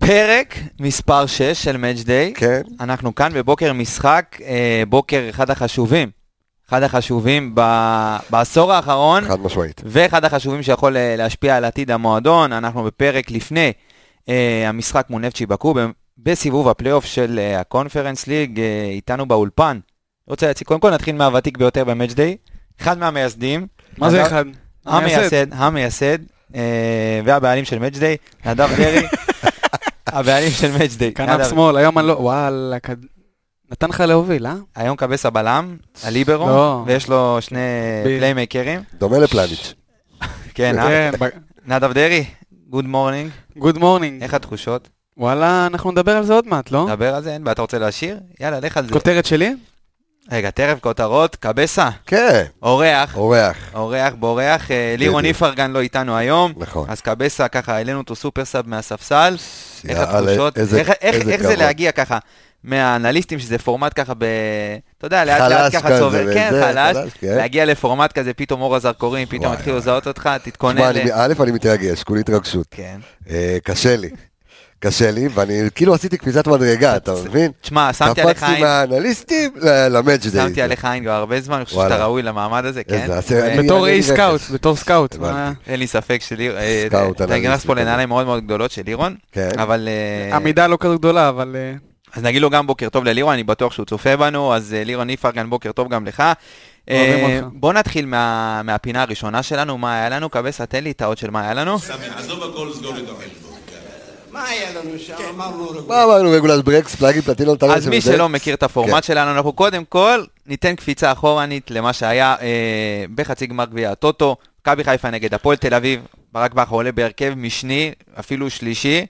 פרק מספר 6 של Match Day. כן. אנחנו כאן בבוקר משחק, בוקר אחד החשובים בעשור האחרון. חד משמעית. ואחד החשובים שיכול להשפיע על עתיד המועדון. אנחנו בפרק לפני המשחק מול נפצ'י בקו, בסיבוב הפלייאוף של הקונפרנס ליג, איתנו באולפן. רוצה להציג, קודם כל נתחיל מהוותיק ביותר ב-Match Day. אחד מהמייסדים. מה זה אחד? המייסד. והבעלים של Match Day, נדב דרי. הבעלים של Match Day. כנף שמאל, היום אני לא, וואלה, נתן לך להוביל, אה? היום קבס הבלם, הליברו, ויש לו שני פליימייקרים. דומה לפלניץ'. כן, נדב דרי, גוד מורנינג. גוד מורנינג. איך התחושות? וואלה, אנחנו נדבר על זה עוד מעט, לא? נדבר על זה, אין, ואתה רוצה להשאיר? יאללה, לך על זה. כותרת שלי? רגע, טרף כותרות, קבסה. כן. אורח, בורח. לירון איפרגן לא איתנו היום. נכון. אז קבסה ככה, העלינו אותו סופר סאב מהספסל. איך התחושות? איך זה להגיע ככה? מהאנליסטים שזה פורמט ככה אתה יודע, לאט ככה צובר, כן, חלש, להגיע לפורמט כזה, פתאום אור הזרקורים, פתאום התחילו לזהות אותך, תתכונן. א', אני מתרגש, כולי התרגשות. כן. קשה לי, ואני כאילו עשיתי קפיצת מדרגה, אתה מבין? תשמע, שמתי עליך עין. קפצתי מהאנליסטים למאץ' דיי. שמתי עליך עין כבר הרבה זמן, אני חושב שאתה ראוי למעמד הזה, כן? בתור סקאוט. אין לי ספק אתה נכנס פה לנעליים מאוד מאוד גדולות של לירון, אבל... עמידה לא כזו גדולה, אבל... אז נגיד לו גם בוקר טוב ללירון, אני בטוח שהוא צופה בנו, אז לירון איפרגן בוקר טוב גם לך. בוא נתחיל מהפינה הראשונה שלנו, מה היה לנו? קבסה, תן לי את האות של מה היה לנו. עזוב הכל, סגור את החשבון. מה היה לנו שם? אמרנו רגולת ברקס, פלאגים, פלטינות, אז מי שלא מכיר את הפורמט שלנו, אנחנו קודם כל ניתן קפיצה אחורנית למה שהיה בחצי גמר גביע הטוטו, מכבי חיפה נגד הפועל תל אביב, ברק בכר עולה בהרכב משני, אפילו שלישי.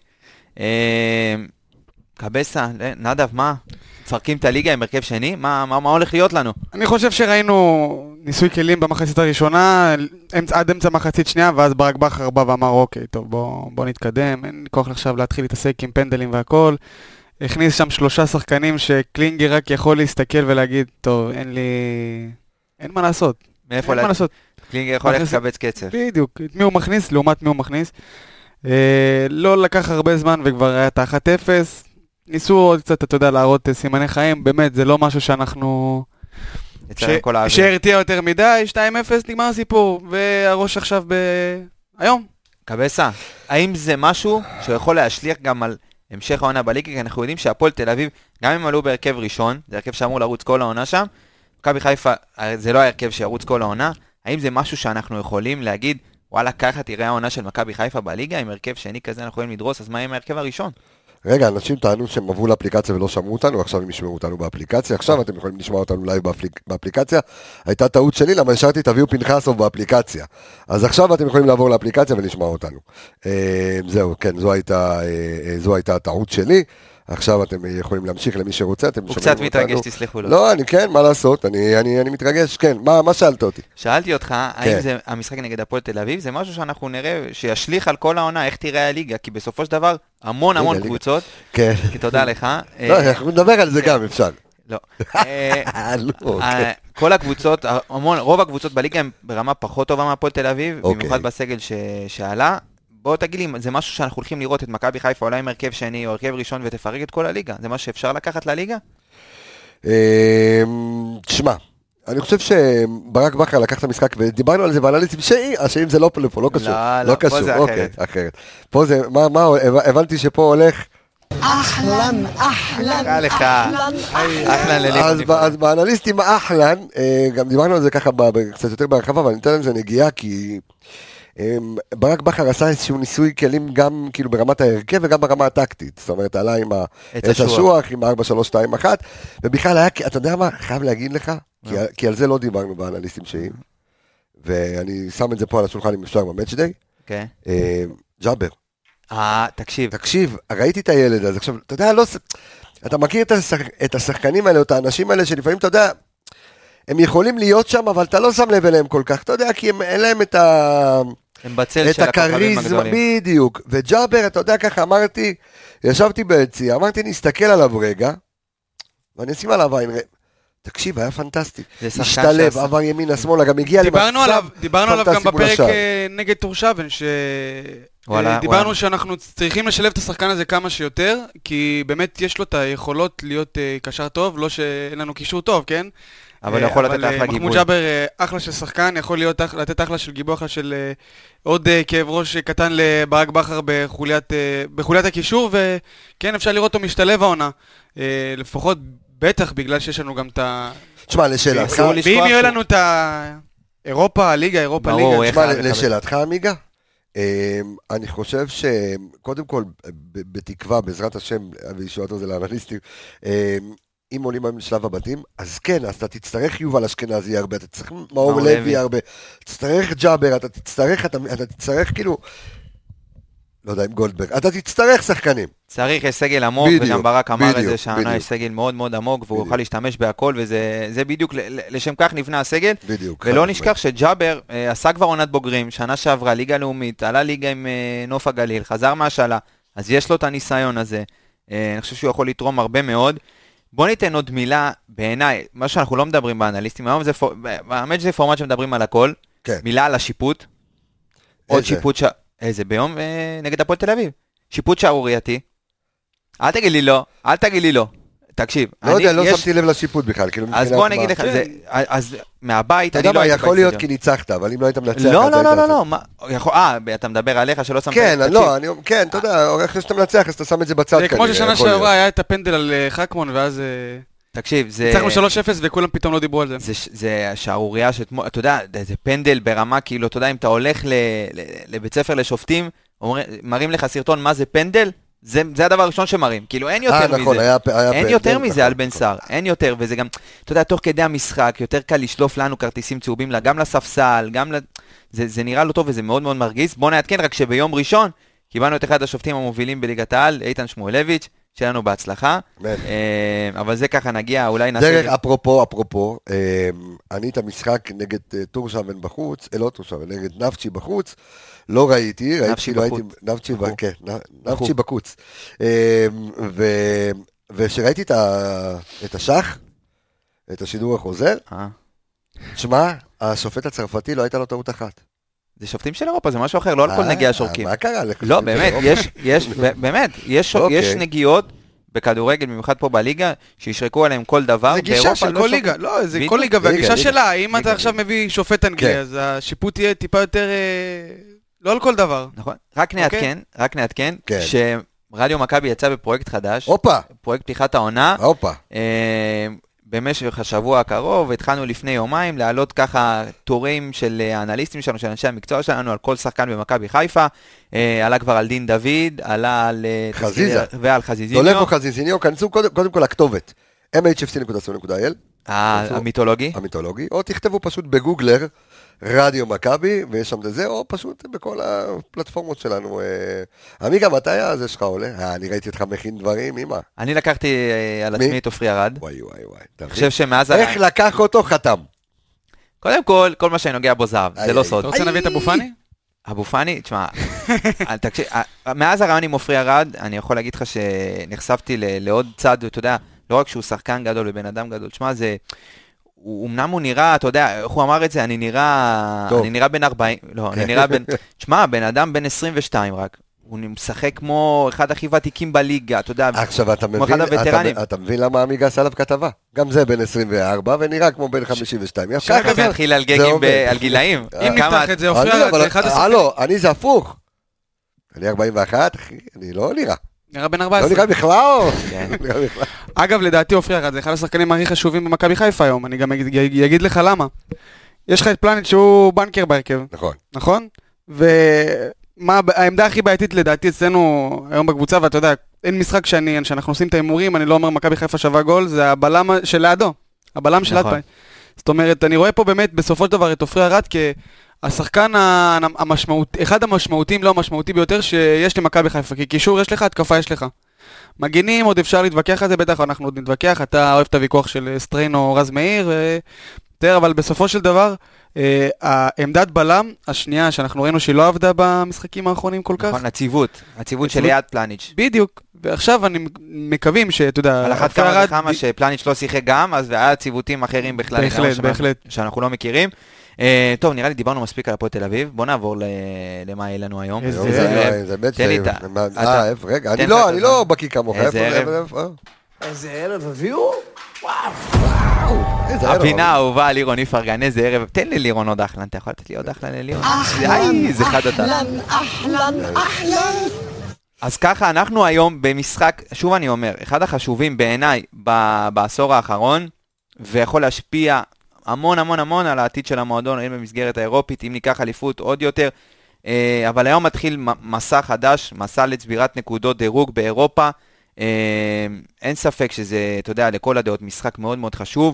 קבסה, נדב, מה? מפרקים את הליגה עם הרכב שני? מה הולך להיות לנו? אני חושב שראינו ניסוי כלים במחצית הראשונה, עד אמצע מחצית שנייה, ואז ברק בכר בא ואמר, אוקיי, טוב, בוא נתקדם, אין כוח עכשיו להתחיל להתעסק עם פנדלים והכל. הכניס שם 3 שחקנים שקלינגר רק יכול להסתכל ולהגיד, טוב, אין מה לעשות. מאיפה לעשות? קלינגר יכול לקבץ קצב. בדיוק, את מי הוא מכניס, לעומת מי הוא מכניס. לא לקח הרבה זמן וכבר היה תחת 0. ניסו עוד קצת, אתה יודע, להראות סימני חיים, באמת, זה לא משהו שאנחנו... שהרתיע יותר מדי, 2-0, נגמר הסיפור, והראש עכשיו היום. קבסה, האם זה משהו שיכול להשליך גם על המשך העונה בליגה, כי אנחנו יודעים שהפועל תל אביב, גם אם עלו בהרכב ראשון, זה הרכב שאמור לרוץ כל העונה שם, מכבי חיפה, זה לא הרכב שירוץ כל העונה, האם זה משהו שאנחנו יכולים להגיד, וואלה, ככה תראה העונה של מכבי חיפה בליגה, עם הרכב שני כזה אנחנו יכולים לדרוס, אז מה עם ההרכב הראשון? רגע, אנשים טענו שהם עברו לאפליקציה ולא שמעו אותנו, עכשיו הם ישמעו אותנו באפליקציה, עכשיו אתם יכולים לשמוע אותנו לייב באפליקציה, הייתה טעות שלי, למה השארתי תביאו פנחסוב באפליקציה, אז עכשיו אתם יכולים לעבור לאפליקציה ולשמוע אותנו. זהו, כן, זו הייתה הטעות שלי, עכשיו אתם יכולים להמשיך למי שרוצה, אתם הוא קצת מתרגש, תסלחו לו. לא, אני כן, מה לעשות, אני מתרגש, כן, מה שאלת אותי? שאלתי אותך, האם זה המשחק נגד הפועל תל אביב, זה משהו שאנחנו נראה, שישליך על כל העונה, איך תראה הליגה, כי בסופו של דבר, המון קבוצות, כן. כי תודה לך. לא, אנחנו נדבר על זה גם, אפשר. לא. כל הקבוצות, רוב הקבוצות בליגה הם ברמה פחות טובה מהפועל תל אביב, במיוחד בסגל שעלה. בוא תגיד לי, זה משהו שאנחנו הולכים לראות את מכבי חיפה, אולי עם הרכב שני או הרכב ראשון ותפרק את כל הליגה? זה מה שאפשר לקחת לליגה? תשמע, אני חושב שברק בכר לקח את המשחק ודיברנו על זה באנליסטים שאם זה לא פה, לא קשור. לא, פה זה אחרת. פה זה, הבנתי שפה הולך... אחלן. אחלן לליגה. אז באנליסטים אחלן, גם דיברנו על זה ככה קצת יותר בהרחבה, אבל אני אתן לזה נגיעה כי... ברק בכר עשה איזשהו ניסוי כלים גם כאילו ברמת ההרכב וגם ברמה הטקטית, זאת אומרת עלה עם עץ השוח, עם 4-3-2-1, ובכלל היה, אתה יודע מה, חייב להגיד לך, כי על זה לא דיברנו באנליסטים שאים, ואני שם את זה פה על השולחן אם אפשר במאץ' דיי, ג'אבר. תקשיב, ראיתי את הילד הזה, עכשיו, אתה יודע, אתה מכיר את השחקנים האלה, או את האנשים האלה שלפעמים, אתה יודע, הם יכולים להיות שם, אבל אתה לא שם לב אליהם כל כך, אתה יודע, כי אין להם את הקריזמה, בדיוק, וג'אבר, אתה יודע, ככה אמרתי, ישבתי ביציע, אמרתי, נסתכל עליו רגע, ואני אשים עליו עין, תקשיב, היה פנטסטי. זה שחקן השתלב, שעשה- עבר ימינה שמאלה, גם הגיע דיברנו עליו גם פנטסטי מול בפרק השער. נגד טורשבן, וואלה. דיברנו שאנחנו צריכים לשלב את השחקן הזה כמה שיותר, כי באמת יש לו את היכולות להיות קשר טוב, לא שאין לנו קישור טוב, כן? אבל יכול לתת אחלה גיבוי. מחמוד ג'אבר אחלה של שחקן, יכול לתת אחלה של גיבוי, אחלה של עוד כאב ראש קטן לברק בכר בחוליית הקישור, וכן, אפשר לראות אותו משתלב העונה. לפחות בטח בגלל שיש לנו גם את ה... תשמע, לשאלתך, אסור לשכוח ואם יהיה שהוא- לנו את אירופה ליגה, ברור, ליגה. תשמע, אחד. לשאלתך, עמיגה, אני חושב שקודם כל, בתקווה, בעזרת השם, וישועתו זה לאנליסטים, אם עולים היום לשלב הבתים, אז כן, אז אתה תצטרך יובל אשכנזי הרבה, אתה תצטרך מאור לוי הרבה, תצטרך ג'אבר, אתה תצטרך כאילו, לא יודע, עם גולדברג, אתה תצטרך שחקנים. צריך סגל עמוק, בדיוק, וגם ברק אמר את בדיוק, זה, שהעונה בדיוק. יש סגל מאוד מאוד עמוק, והוא בדיוק. יוכל להשתמש בהכל, וזה בדיוק, לשם כך נבנה הסגל. בדיוק. ולא חד נשכח שג'אבר עשה כבר עונת בוגרים, שנה שעברה, ליגה לאומית, עלה ליגה עם נוף הגליל, חזר מהשאלה, אז יש לו את הניסיון הזה. אני חושב שהוא יכול לתרום הרבה מאוד. בוא ניתן עוד מילה, בעיניי, מה שאנחנו לא מדברים באנליסטים, היום זה, האמת שזה פורמט שמדברים על הכל, כן. מילה על השיפוט, עוד איזה? שיפוט, איזה ביום נגד הפועל תל אביב, שיפוט שערורייתי, אל תגיד לי לא, אל תגיד לי לא, תקשיב, לא יודע, לא יש- שמתי לב לשיפוט בכלל, כאילו אז מבחינת בוא מה- נגיד לך, כן. אז מהבית, אתה אני יודע לא מה, הייתי יכול להיות באצטדיון. כי ניצחת, אבל אם לא היית מנצח... לא, אז לא, היית לא, לא, מנצח. לא, מה, יכול, אתה מדבר עליך שלא שמת... כן, תקשיב, לא, כן, אתה יודע, אחרי שאתה מנצח, אז אתה שם את זה בצד זה כמו כנראה, ששנה יכול להיות. שעברה היה את הפנדל על חכמון, ואז תקשיב, זה... ניצחנו 3-0 וכולם פתאום לא דיברו על זה. זה שערוריה אתה יודע, זה פנדל ברמה, כאילו, אתה יודע, אם אתה הולך לבית ספר לשופטים, מראים לך סרטון מה זה פנדל, זה הדבר הראשון שמראים, כאילו אין יותר נכון, מזה, היה אין פנדל, יותר מזה נכון, על בן נכון. סער, אין יותר, וזה גם, אתה יודע, תוך כדי המשחק, יותר קל לשלוף לנו כרטיסים צהובים, גם לספסל, זה נראה לא טוב וזה מאוד מאוד מרגיז. בוא נעדכן רק שביום ראשון, קיבלנו את אחד השופטים המובילים בליגת העל, איתן שמואלביץ', שיהיה לנו בהצלחה, אמן. אבל זה ככה נגיע, אולי נעשה... דרך, אפרופו, אני את המשחק נגד טורשבן בחוץ, לא טורשבן, נגד נפצ'י בחוץ, לא ראיתי, נפצ'י בחוץ. נפצ'י בחוץ. ושראיתי את השח, את השידור החוזר, שמע, השופט הצרפתי לא הייתה לו טעות אחת. זה שופטים של אירופה, זה משהו אחר, לא על כל נגיעה שורקים. מה קרה לך? לא, באמת, יש נגיעות בכדורגל, במיוחד פה בליגה, שישרקו עליהם כל דבר. זה גישה של כל ליגה, לא, זה כל ליגה, והגישה שלה, אם אתה עכשיו מביא שופט אנגלי, אז השיפוט יהיה טיפה יותר, לא על כל דבר. נכון, רק נעדכן, כן. שרדיו מכבי יצא בפרויקט חדש, הופה, פרויקט פתיחת העונה, הופה. במשך השבוע הקרוב, התחלנו לפני יומיים להעלות ככה תורים של האנליסטים שלנו, של אנשי המקצוע שלנו, על כל שחקן במכבי חיפה, עלה כבר על דין דוד, עלה על חזיזה. ועל חזיזיניו. דולפו חזיזיניו, כנסו קודם כל לכתובת, nhfc.co.il, המיתולוגי. המיתולוגי, או תכתבו פשוט בגוגלר, רדיו מכבי, ויש שם את זה, או פשוט בכל הפלטפורמות שלנו. עמיגה, מתי הזה שלך עולה? אני ראיתי אותך מכין דברים, אמא. אני לקחתי על עצמי את עופרי ארד. וואי. אני חושב שמאז... איך לקח אותו חתם? קודם כל מה שאני נוגע בו זהב, זה לא סוד. אתה רוצה להביא את אבו פאני? אבו פאני, תשמע, תקשיב, מאז הרעיון עם עופרי ארד, אני יכול להגיד לך שנחשפתי לעוד צד, אתה יודע, לא רק שהוא שחקן גדול ובן אדם גדול, תשמע, זה... אמנם הוא נראה, אתה יודע, איך הוא אמר את זה, אני נראה בן 40, לא, אני נראה בן, תשמע, בן אדם בן 22 רק, הוא משחק כמו אחד הכי ותיקים בליגה, אתה יודע, עכשיו אתה מבין למה עמיגה עשה עליו כתבה? גם זה בן 24 ונראה כמו בן 52. שככה זה התחיל על גגים, על גילאים. אם נפתח את זה, עופרי ארד, זה אחד השחקנים. הלו, אני זה הפוך. אני 41, אחי, אני לא נראה. נראה בן לא 14. נראה בכלל. אגב, לדעתי עופרי ארד זה אחד השחקנים הכי חשובים במכבי חיפה היום, אני גם אגיד לך למה. יש לך את פלניץ' שהוא בנקר בהרכב, נכון? ומה העמדה הכי בעייתית לדעתי אצלנו היום בקבוצה, ואתה יודע, אין משחק שאנחנו עושים את האימורים, אני לא אומר מכבי חיפה שווה גול, זה הבלם של לידו, הבלם של לידו. זאת אומרת, אני רואה פה באמת בסופו של דבר את עופרי ארד השחקן המשמעותי, אחד המשמעותיים, לא המשמעותי ביותר שיש למכבי חיפה, כי קישור יש לך, התקפה יש לך. מגינים, עוד אפשר להתווכח על זה, בטח אנחנו עוד נתווכח, אתה אוהב את הוויכוח של סטריין או רז מאיר, יותר, אבל בסופו של דבר, העמדת בלם, השנייה שאנחנו ראינו שהיא לא עבדה במשחקים האחרונים כל כך. נכון, הציוות של ליד פלניץ'. בדיוק, ועכשיו אני מקווים שאתה יודע... על אחת כמה וכמה שפלניץ' לא שיחק גם, אז והיה ציוותים אחרים בכלל. בהחלט. שאנחנו לא מכירים. טוב, נראה לי דיברנו מספיק על הפועל תל אביב, בוא נעבור למה יהיה לנו היום. זה באמת... רגע, אני לא בקיא כמוך. איזה ערב הביאו? הפינה האהובה על לירון איפרגן, איזה ערב, תן לי לירון עוד אחלן, אתה יכול לתת לי עוד אחלן ללירון? זה חד אתה. אז ככה, אנחנו היום במשחק, שוב אני אומר, אחד החשובים בעיניי בעשור האחרון, ויכול להשפיע המון המון המון על העתיד של המועדון, אם במסגרת האירופית, אם ניקח אליפות עוד יותר, אבל היום מתחיל מסע חדש, מסע לצבירת נקודות דירוג באירופה, אין ספק שזה, אתה יודע, לכל הדעות משחק מאוד מאוד חשוב.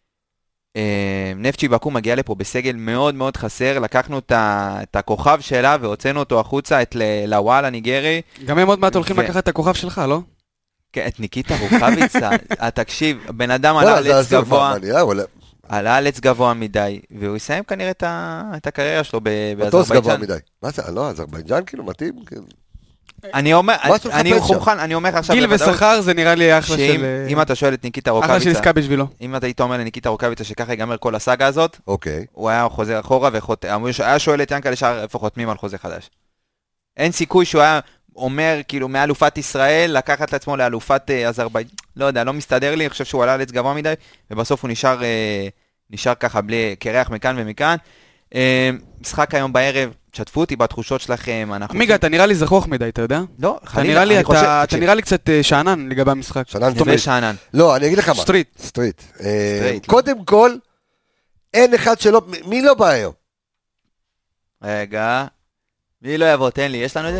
נפצ'י בקו מגיע לפה בסגל מאוד מאוד חסר, לקחנו את הכוכב שלה והוצאנו אותו החוצה, את לוואל הניגרי. גם הם עוד מעט הולכים לקחת את הכוכב שלך, לא? כן, את ניקיטה רוקאביצה, תקשיב, בן אדם עלה על עץ גבוה, עלה על עץ גבוה מדי, והוא יסיים כנראה את הקריירה שלו באזרבייג'אן. מטוס גבוה מדי. מה זה, לא, אזרבייג'אן כאילו מתאים? אני אומר עכשיו גיל ושכר זה נראה לי אחלה של... אם אתה שואל את ניקיטה רוקאביצה, אחלה של עסקה בשבילו. אם אתה היית אומר לניקיטה רוקאביצה שככה ייגמר כל הסאגה הזאת, אוקיי. הוא היה חוזר אחורה היה שואל את ינקה לשאר איפה חותמים על חוזה חדש. אין סיכוי שהוא היה אומר כאילו מאלופת ישראל לקחת לעצמו לאלופת אזרבייג'אן, לא יודע, לא מסתדר לי, אני חושב שהוא עלה על עץ גבוה מדי, ובסוף הוא נשאר ככה בלי קרח מכאן ומכאן. משחק היום בערב, תשתפו אותי בתחושות שלכם. עמיגה, אתה נראה לי זכוח מדי, אתה יודע? לא, חלילה, אתה נראה לי קצת שאנן לגבי המשחק. שאנן. לא, אני אגיד לך מה. סטריט. קודם כל, אין אחד שלא, מי לא בא היום? רגע, מי לא יבוא, תן לי, יש לנו את זה?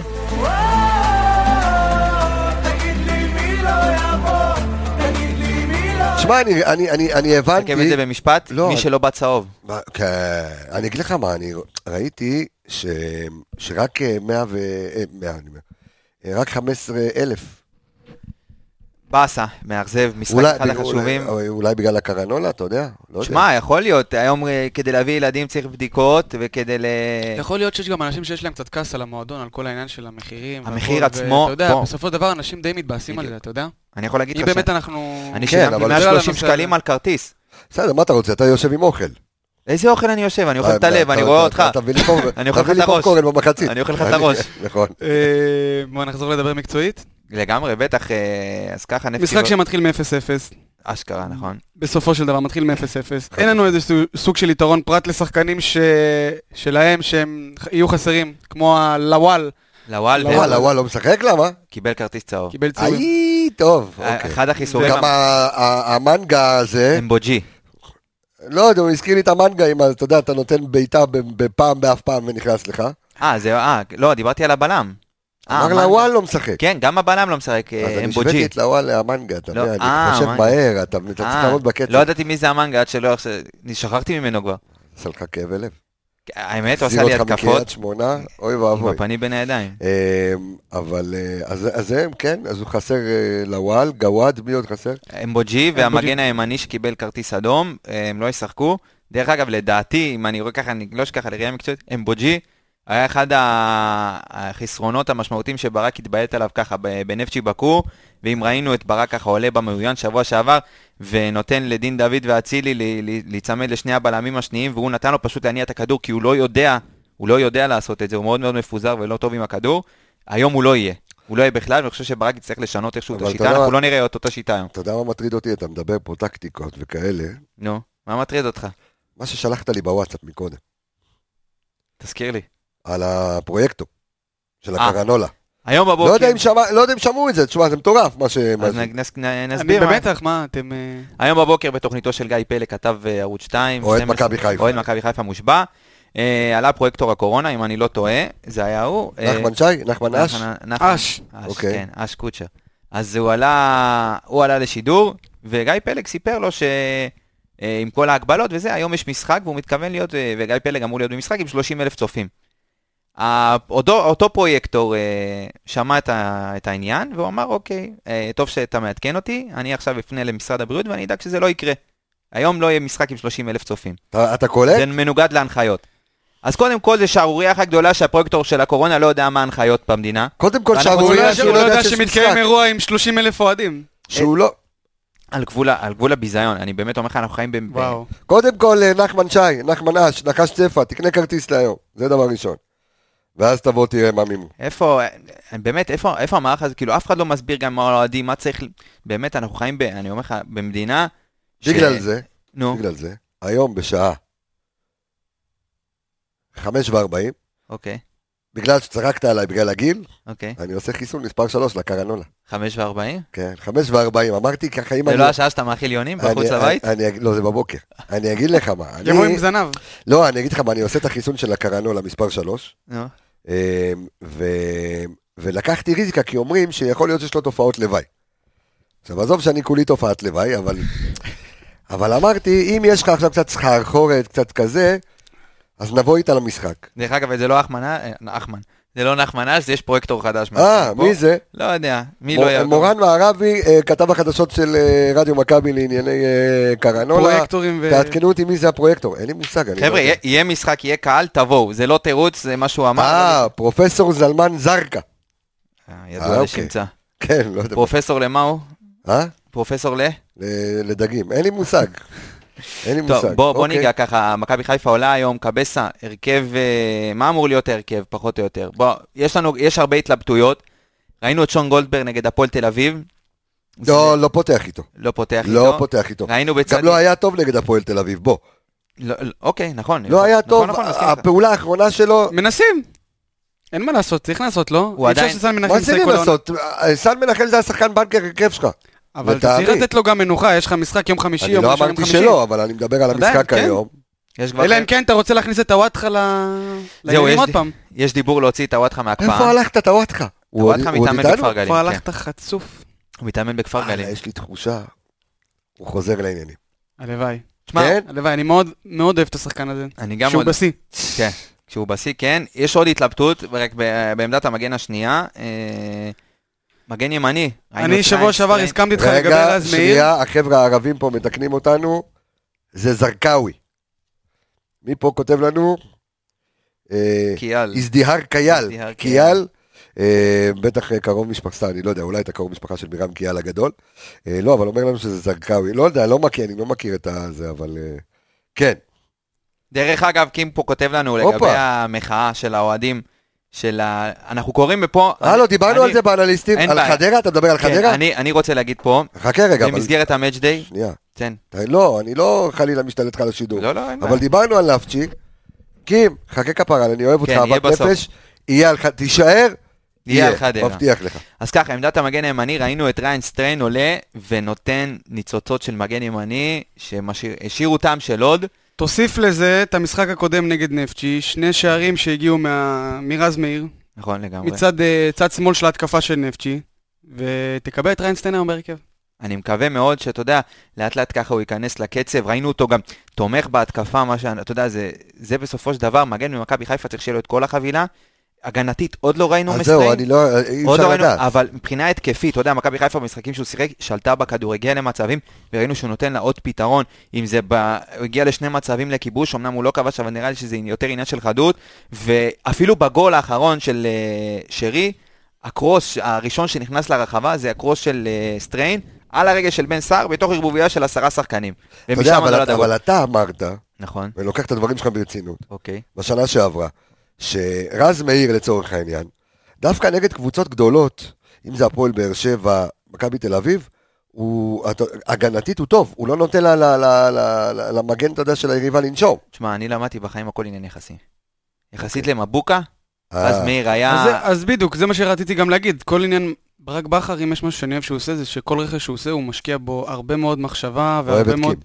תשמע, אני הבנתי... תקב את זה במשפט, מי שלא בא צהוב. כן, אני אגיד לך מה, אני ראיתי שרק 15,000. באסה, מאכזב, משחק אחד החשובים. אולי בגלל הקרנולה, אתה יודע? שמע, יכול להיות, היום כדי להביא ילדים צריך בדיקות, וכדי יכול להיות שיש גם אנשים שיש להם קצת כעס על המועדון, על כל העניין של המחירים. המחיר עצמו, אתה יודע, בסופו של דבר אנשים די מתבאסים על זה, אתה יודע? אני יכול להגיד לך אם באמת אנחנו... אני שילמתי 130 שקלים על כרטיס. בסדר, מה אתה רוצה? אתה יושב עם אוכל. איזה אוכל אני יושב? אני אוכל את הלב, אני רואה אותך. אני אוכל לך את הראש. אני אוכל לך את הראש. נכון. בוא נחזור לדבר מקצועית. לגמרי, בטח, אז ככה נפצ'י... משחק שמתחיל מ-0-0. אשכרה, נכון. בסופו של דבר מתחיל מ-0-0. אין לנו איזה סוג של יתרון פרט לשחקנים שלהם שהם יהיו חסרים, כמו הלוואל. לוואל לא משחק, למה? קיבל כרטיס צהוב. קיבל צהוב. טוב. אחד החיסורים... וגם המנגה הזה... אמבוג'י. לא יודע, הוא הזכיר לי את המנגה, אם אתה יודע, אתה נותן ביתה בפעם באף פעם ונכנס לך. לא, דיברתי על הבלם. אמר לוואל לא משחק. כן, גם הבלם לא משחק, אמבוג'י. אז אני אמבוג'י. את לוואל המנגה, אתה יודע, אני חושב מהר, אתה צריך לעמוד בקצב. לא ידעתי מי זה המנגה, עד שלא... שכחתי ממנו כבר. עשה לך כאב לב. האמת, הוא עשה לי התקפות. זירו אותך מקריית שמונה, אוי ואבוי. עם הפנים בין הידיים. אבל, אז הם, כן, אז הוא חסר לוואל, גוואד, מי עוד חסר? אמבוג'י והמגן הימני שקיבל כרטיס אדום, הם לא ישחקו. דרך אגב, לדעתי, אם אני רואה ככה, אני לא אשכח על ראייה מקצועית, אמבוג'י היה אחד החסרונות המשמעותיים שברק התבעט עליו ככה בנפצ'י בקו, ואם ראינו את ברק ככה עולה במאוין שבוע שעבר, ונותן לדין דוד ואצילי להיצמד לשני הבלמים השניים, והוא נתן לו פשוט להניע את הכדור, כי הוא לא יודע לעשות את זה, הוא מאוד מאוד מפוזר ולא טוב עם הכדור, היום הוא לא יהיה בכלל, ואני חושב שברק יצטרך לשנות איכשהו את השיטה, אנחנו לא נראה אותו שיטה היום. אתה יודע מה מטריד אותי? אתה מדבר פה טקטיקות וכאלה. נו, מה מטריד אותך? מה ששלחת לי בוואטסאפ מקודם. תזכיר לי. על הפרויקטור של הקרנולה. היום בבוקר... לא יודע אם שמעו את זה, תשמע, זה מטורף מה ש... אז נסביר. אני במתח, מה אתם... היום בבוקר בתוכניתו של גיא פלג כתב ערוץ 2. אוהד מכבי חיפה. אוהד מכבי חיפה מושבע. עלה פרויקטור הקורונה, אם אני לא טועה, זה היה הוא. נחמן שי? נחמן אש? אש. כן, אש קוצ'ר. אז הוא עלה לשידור, וגיא פלג סיפר לו שעם כל ההגבלות וזה, היום יש משחק, והוא מתכוון להיות, וגיא פלג אמור להיות במשחק עם 30,000 צופים. אותו פרויקטור שמע את העניין, והוא אמר, אוקיי, טוב שאתה מעדכן אותי, אני עכשיו אפנה למשרד הבריאות, ואני אדאג שזה לא יקרה. היום לא יהיה משחק עם 30,000 צופים. אתה קולט? זה מנוגד להנחיות. אז קודם כל זה שערוריה הכי גדולה שהפרויקטור של הקורונה לא יודע מה ההנחיות במדינה. קודם כל שערוריה שהוא לא יודע שמתקיים אירוע עם 30,000 אוהדים. שהוא לא... על גבול הביזיון, אני באמת אומר לך, אנחנו חיים קודם כל נחמן שי, נחמן אש, נחש צפה, תקנה כרטיס להיום, זה דבר ראשון. ואז תבוא תראה מה מימו. באמת, איפה המערך הזה? כאילו, אף אחד לא מסביר גם מה אוהדים, מה צריך... באמת, אנחנו חיים, אני אומר לך, במדינה... בגלל זה, היום בשעה 5:40, אוקיי. בגלל שצחקת עליי בגלל הגיל, אוקיי. אני עושה חיסון מספר 3 לקרנולה. 5:40? כן, 5:40, אמרתי ככה אם זה לא השעה שאתה מאכיל יונים בחוץ לבית? לא, זה בבוקר. אני אגיד לך מה. יבוא עם זנב. לא, אני אגיד לך מה, אני עושה את החיסון של הקרנולה מספר 3, ולקחתי ריזיקה, כי אומרים שיכול להיות שיש לו תופעות לוואי. עכשיו, עזוב שאני כולי תופעת לוואי, אבל אמרתי, אם יש לך עכשיו קצת סחרחורת, קצת כזה, אז נבוא איתה למשחק. דרך אגב, זה לא אחמן. זה לא נחמנש, יש פרויקטור חדש. מי זה? לא יודע, מי לא יעבור. מורן מערבי, כתב החדשות של רדיו מכבי לענייני קרנולה. פרויקטורים תעדכנו אותי מי זה הפרויקטור, אין לי מושג. חבר'ה, יהיה משחק, יהיה קהל, תבואו. זה לא תירוץ, זה מה שהוא אמר. פרופסור זלמן זרקה. ידוע לשמצה. כן, לא יודע. פרופסור למה הוא? פרופסור לדגים, אין לי מושג. טוב, בוא ניגע ככה, מכבי חיפה עולה היום, קבסה, הרכב, מה אמור להיות ההרכב, פחות או יותר? בוא, יש הרבה התלבטויות, ראינו את שון גולדברג נגד הפועל תל אביב. לא פותח איתו. לא פותח איתו. גם לא היה טוב נגד הפועל תל אביב, בוא. אוקיי, נכון. לא היה טוב, הפעולה האחרונה שלו... מנסים. אין מה לעשות, צריך לעשות, לא? הוא עדיין... מה זה לנסות? סן מנחל זה השחקן בנקר הרכב שלך. אבל אתה צריך לתת לו גם מנוחה, יש לך משחק יום חמישי, אני לא אמרתי שלא, אבל אני מדבר על המשחק היום. אלא אם כן אתה רוצה להכניס את הוואטחה לעניינים עוד פעם. יש דיבור להוציא את הוואטחה מהקפאה. איפה הלכת את הוואטחה? הוואטחה מתאמן בכפר גלים. איפה הלכת חצוף? הוא מתאמן בכפר גלים. יש לי תחושה, הוא חוזר לעניינים. הלוואי. הלוואי, אני מאוד אוהב את השחקן הזה. שהוא בשיא. כן, כשהוא בשיא, כן. יש עוד התלבטות, רק בעמדת המגן השנייה. מגן ימני. אני שבוע שעבר הסכמתי איתך לגבי רז מאיר. שנייה, החבר'ה הערבים פה מתקנים אותנו, זה זרקאוי. מי פה כותב לנו? קייל. הזדיהר קייל. בטח קרוב משפחה, אני לא יודע, אולי את הקרוב משפחה של מירם קייל הגדול. לא, אבל אומר לנו שזה זרקאוי. לא יודע, אני לא מכיר את זה, אבל כן. דרך אגב, קים פה כותב לנו לגבי המחאה של האוהדים, אנחנו קוראים בפה... לא, דיברנו על זה באנליסטים, על חדרה, אתה מדבר על חדרה? אני רוצה להגיד פה, חכה רגע, במסגרת המאץ' דיי, שנייה, לא, אני לא חלילה משתלט לך לשידור, אבל דיברנו על נפצ'י, קים, חכה כפרה, אני אוהב אותך, אהבת נפש, תישאר, יהיה על חדרה, מבטיח לך. אז ככה, עמדת המגן הימני, ראינו את ריין סטריין עולה, ונותן ניצוצות של מגן ימני, שהשאירו טעם של עוד, תוסיף לזה את המשחק הקודם נגד נפצ'י, 2 שערים שהגיעו מרז מאיר. נכון, לגמרי. מצד שמאל של ההתקפה של נפצ'י, ותקבל את ריין היום בהרכב. אני מקווה מאוד שאתה יודע, לאט לאט ככה הוא ייכנס לקצב, ראינו אותו גם תומך בהתקפה, מה שאתה יודע, זה בסופו של דבר, מגן ממכבי חיפה צריך שיהיה לו את כל החבילה, הגנתית עוד לא ראינו מסטריין. אז זהו, אני לא, אי אפשר לדעת. אבל מבחינה התקפית, אתה יודע, מכבי חיפה במשחקים שהוא שיחק, שלטה בכדור, הגיע למצבים, וראינו שהוא נותן לה עוד פתרון, אם זה הוא הגיע לשני מצבים לכיבוש, אמנם הוא לא כבש, אבל נראה לי שזה יותר עניין של חדות, ואפילו בגול האחרון של שרי, הקרוס הראשון שנכנס לרחבה, זה הקרוס של סטריין, על הרגל של בן סער, בתוך ערבוביה של 10 שחקנים. אתה יודע, אבל אתה אמרת, נכון. ולוקח את הדברים שלך ברצינות, אוקיי. בשנה שעברה, שרז מאיר לצורך העניין, דווקא נגד קבוצות גדולות, אם זה הפועל באר שבע, מכבי תל אביב, הגנתית הוא טוב, הוא לא נותן למגן תדע של היריבה לנשום. תשמע, אני למדתי בחיים הכל עניין יחסי. יחסית למבוקה, רז מאיר היה... אז בדיוק, זה מה שרציתי גם להגיד, כל עניין, ברק בכר, אם יש משהו שאני אוהב שהוא עושה, זה שכל רכש שהוא עושה, הוא משקיע בו הרבה מאוד מחשבה, והרבה מאוד...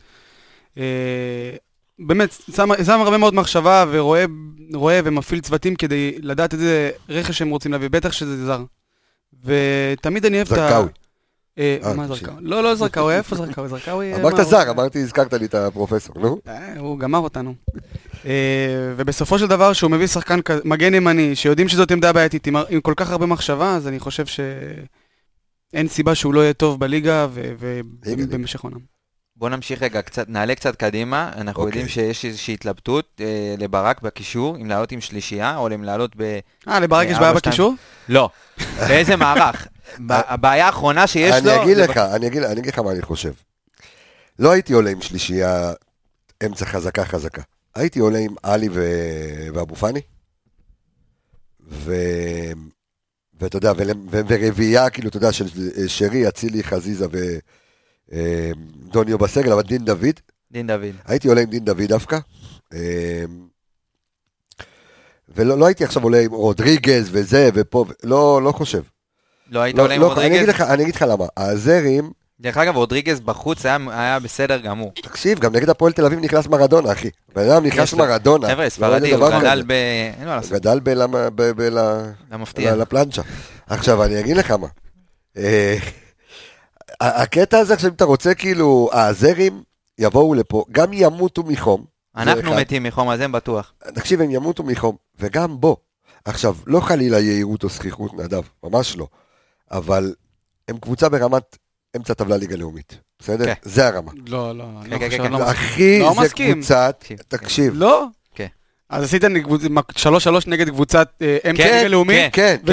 באמת, שם הרבה מאוד מחשבה ורואה ומפעיל צוותים כדי לדעת איזה רכש שהם רוצים להביא, בטח שזה זר. ותמיד אני אוהב את ה... זרקאוי. מה זרקאוי? לא זרקאוי, איפה זרקאוי? זרקאוי... אמרת זר, הזכרת לי את הפרופסור, נו? הוא גמר אותנו. ובסופו של דבר, שהוא מביא שחקן מגן ימני, שיודעים שזאת עמדה בעייתית, עם כל כך הרבה מחשבה, אז אני חושב שאין סיבה שהוא לא יהיה טוב בליגה ובמשך עונה. בוא נמשיך רגע, נעלה קצת קדימה, אנחנו יודעים שיש איזושהי התלבטות לברק בקישור, אם לעלות עם שלישייה, או אם לעלות ב... לברק יש בעיה בקישור? לא, באיזה מערך? הבעיה האחרונה שיש לו... אני אגיד לך מה אני חושב. לא הייתי עולה עם שלישייה אמצע חזקה. הייתי עולה עם אלי ואבו פני, ואתה יודע, ורביעייה, כאילו, אתה יודע, של שרי, אצילי, חזיזה ודוניו בסגל, אבל דין דוד. הייתי עולה עם דין דוד דווקא. ולא הייתי עכשיו עולה עם רודריגז וזה, ופה, לא חושב. לא היית עולה עם רודריגז? אני אגיד לך למה. הזרים... דרך אגב, רודריגז בחוץ היה בסדר גמור. תקשיב, גם נגד הפועל תל אביב נכנס מרדונה, אחי. ואדם נכנס מרדונה. חבר'ה, ספרדי, הוא גדל גדל לפלנצ'ה. עכשיו, אני אגיד לך מה. הקטע הזה, עכשיו, אם אתה רוצה, כאילו, הזרים יבואו לפה, גם ימותו מחום. אנחנו מתים מחום, אז הם בטוח. תקשיב, הם ימותו מחום, וגם בו. עכשיו, לא חלילה יהירות או שכיחות, נדב, ממש לא. אבל הם קבוצה ברמת אמצע טבלה ליגה לאומית. בסדר? זה הרמה. לא, אחי, זה קבוצת, תקשיב. לא? אז עשית 3-3 נגד קבוצת אמצע ליגה לאומית,